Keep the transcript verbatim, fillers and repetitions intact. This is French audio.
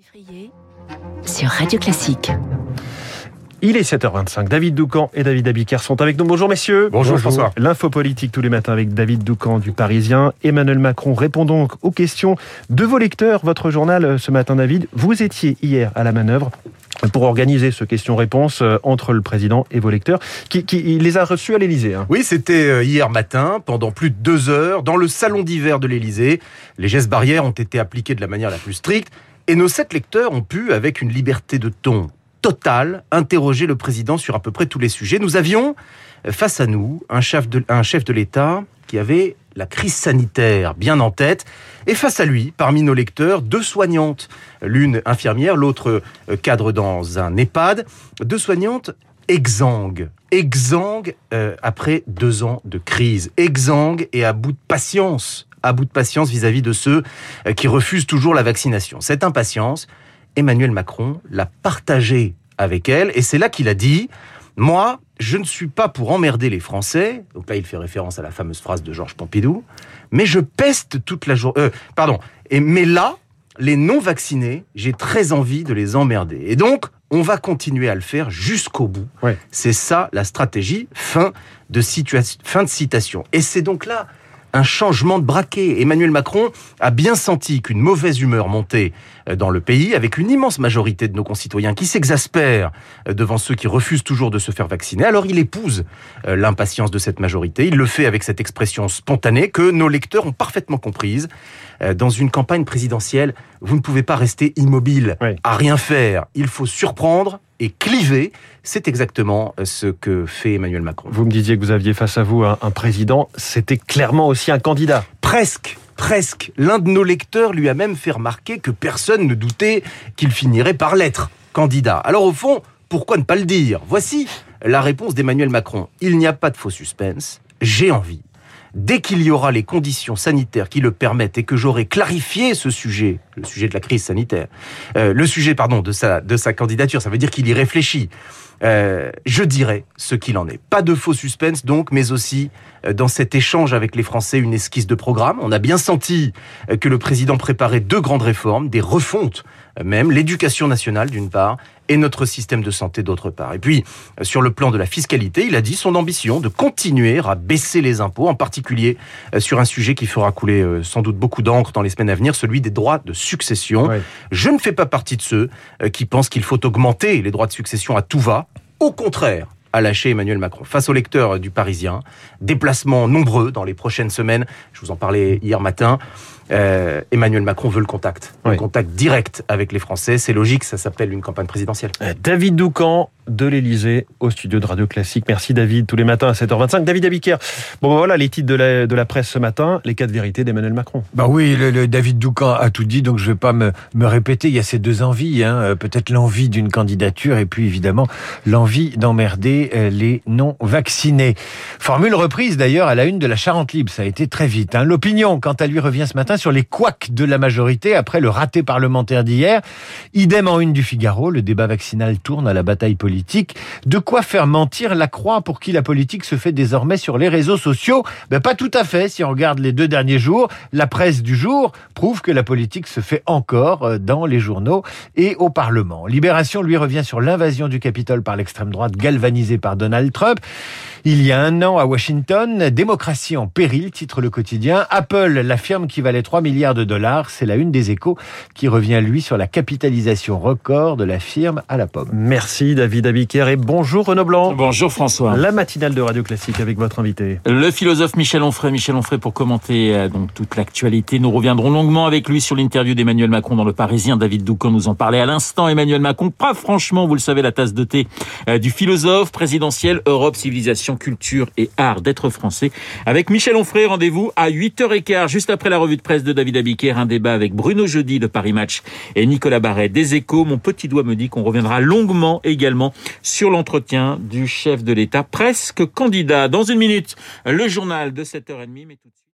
Sur Radio Classique. Il est sept heures vingt-cinq. David Doucan et David Abiker sont avec nous. Bonjour messieurs. Bonjour, Bonjour. François. L'info politique tous les matins avec David Doucan du Parisien. Emmanuel Macron répond donc aux questions de vos lecteurs. Votre journal ce matin, David. Vous étiez hier à la manœuvre pour organiser ce question-réponse entre le président et vos lecteurs, qui, qui il les a reçus à l'Élysée. Hein. Oui, c'était hier matin, pendant plus de deux heures, dans le salon d'hiver de l'Élysée. Les gestes barrières ont été appliqués de la manière la plus stricte, et nos sept lecteurs ont pu, avec une liberté de ton totale, interroger le président sur à peu près tous les sujets. Nous avions face à nous un chef de, un chef de l'État qui avait la crise sanitaire bien en tête, et face à lui, parmi nos lecteurs, deux soignantes, l'une infirmière, l'autre cadre dans un EHPAD, deux soignantes exsangues, exsangues euh, après deux ans de crise, exsangues et à bout de patience, à bout de patience vis-à-vis de ceux qui refusent toujours la vaccination. Cette impatience, Emmanuel Macron l'a partagée avec elle, et c'est là qu'il a dit « Moi, je ne suis pas pour emmerder les Français », donc là il fait référence à la fameuse phrase de Georges Pompidou, « mais je peste toute la journée... Euh, pardon, et, mais là, les non-vaccinés, j'ai très envie de les emmerder. Et donc, on va continuer à le faire jusqu'au bout. Ouais. C'est ça la stratégie, fin de, situa- fin de citation. Et c'est donc là un changement de braquet. Emmanuel Macron a bien senti qu'une mauvaise humeur montait dans le pays, avec une immense majorité de nos concitoyens qui s'exaspèrent devant ceux qui refusent toujours de se faire vacciner. Alors il épouse l'impatience de cette majorité. Il le fait avec cette expression spontanée que nos lecteurs ont parfaitement comprise. Dans une campagne présidentielle, vous ne pouvez pas rester immobile, oui. à rien faire. Il faut surprendre et cliver. C'est exactement ce que fait Emmanuel Macron. Vous me disiez que vous aviez face à vous un, un président, c'était clairement aussi un candidat. Presque, presque. L'un de nos lecteurs lui a même fait remarquer que personne ne doutait qu'il finirait par l'être, candidat. Alors au fond, pourquoi ne pas le dire ? Voici la réponse d'Emmanuel Macron. Il n'y a pas de faux suspense, j'ai envie. Dès qu'il y aura les conditions sanitaires qui le permettent et que j'aurai clarifié ce sujet, le sujet de la crise sanitaire, euh, le sujet, pardon, de sa, de sa candidature, ça veut dire qu'il y réfléchit, euh, je dirai ce qu'il en est. Pas de faux suspense donc, mais aussi euh, dans cet échange avec les Français, une esquisse de programme. On a bien senti euh, que le président préparait deux grandes réformes, des refontes euh, même, l'éducation nationale d'une part, et notre système de santé d'autre part. Et puis, sur le plan de la fiscalité, il a dit son ambition de continuer à baisser les impôts, en particulier sur un sujet qui fera couler sans doute beaucoup d'encre dans les semaines à venir, celui des droits de succession. Oui. Je ne fais pas partie de ceux qui pensent qu'il faut augmenter les droits de succession à tout va. Au contraire, a lâché Emmanuel Macron. Face aux lecteurs du Parisien, déplacements nombreux dans les prochaines semaines, je vous en parlais hier matin, Euh, Emmanuel Macron veut le contact, oui. le contact direct avec les Français. C'est logique, ça s'appelle une campagne présidentielle. David Doucan de l'Élysée au studio de Radio Classique. Merci David, tous les matins à sept heures vingt-cinq. David Abiker. Bon ben voilà les titres de la, de la presse ce matin, les quatre vérités d'Emmanuel Macron. Bah oui, le, le David Doucan a tout dit, donc je vais pas me, me répéter. Il y a ces deux envies, hein. Peut-être l'envie d'une candidature et puis évidemment l'envie d'emmerder les non-vaccinés. Formule reprise d'ailleurs à la une de la Charente Libre. Ça a été très vite. Hein. L'opinion, quant à lui, revient ce matin sur les couacs de la majorité après le raté parlementaire d'hier. Idem en une du Figaro, le débat vaccinal tourne à la bataille politique. De quoi faire mentir la Croix pour qui la politique se fait désormais sur les réseaux sociaux ? Ben pas tout à fait, si on regarde les deux derniers jours. La presse du jour prouve que la politique se fait encore dans les journaux et au Parlement. Libération, lui, revient sur l'invasion du Capitole par l'extrême droite galvanisée par Donald Trump. Il y a un an à Washington, démocratie en péril, titre le quotidien. Apple, la firme qui valait trois milliards de dollars, c'est la une des Échos qui revient, lui, sur la capitalisation record de la firme à la pomme. Merci David Abiker et bonjour Renaud Blanc. Bonjour François. La matinale de Radio Classique avec votre invité. Le philosophe Michel Onfray. Michel Onfray pour commenter euh, donc toute l'actualité. Nous reviendrons longuement avec lui sur l'interview d'Emmanuel Macron dans Le Parisien. David Doucan nous en parlait à l'instant. Emmanuel Macron, pas franchement, vous le savez, la tasse de thé euh, du philosophe présidentiel Europe, civilisation, culture et art d'être français. Avec Michel Onfray, rendez-vous à huit heures quinze, juste après la revue de presse de David Abiker, un débat avec Bruno Jeudi de Paris Match et Nicolas Barret des Échos. Mon petit doigt me dit qu'on reviendra longuement également sur l'entretien du chef de l'État, presque candidat. Dans une minute, le journal de sept heures trente, mais tout de suite.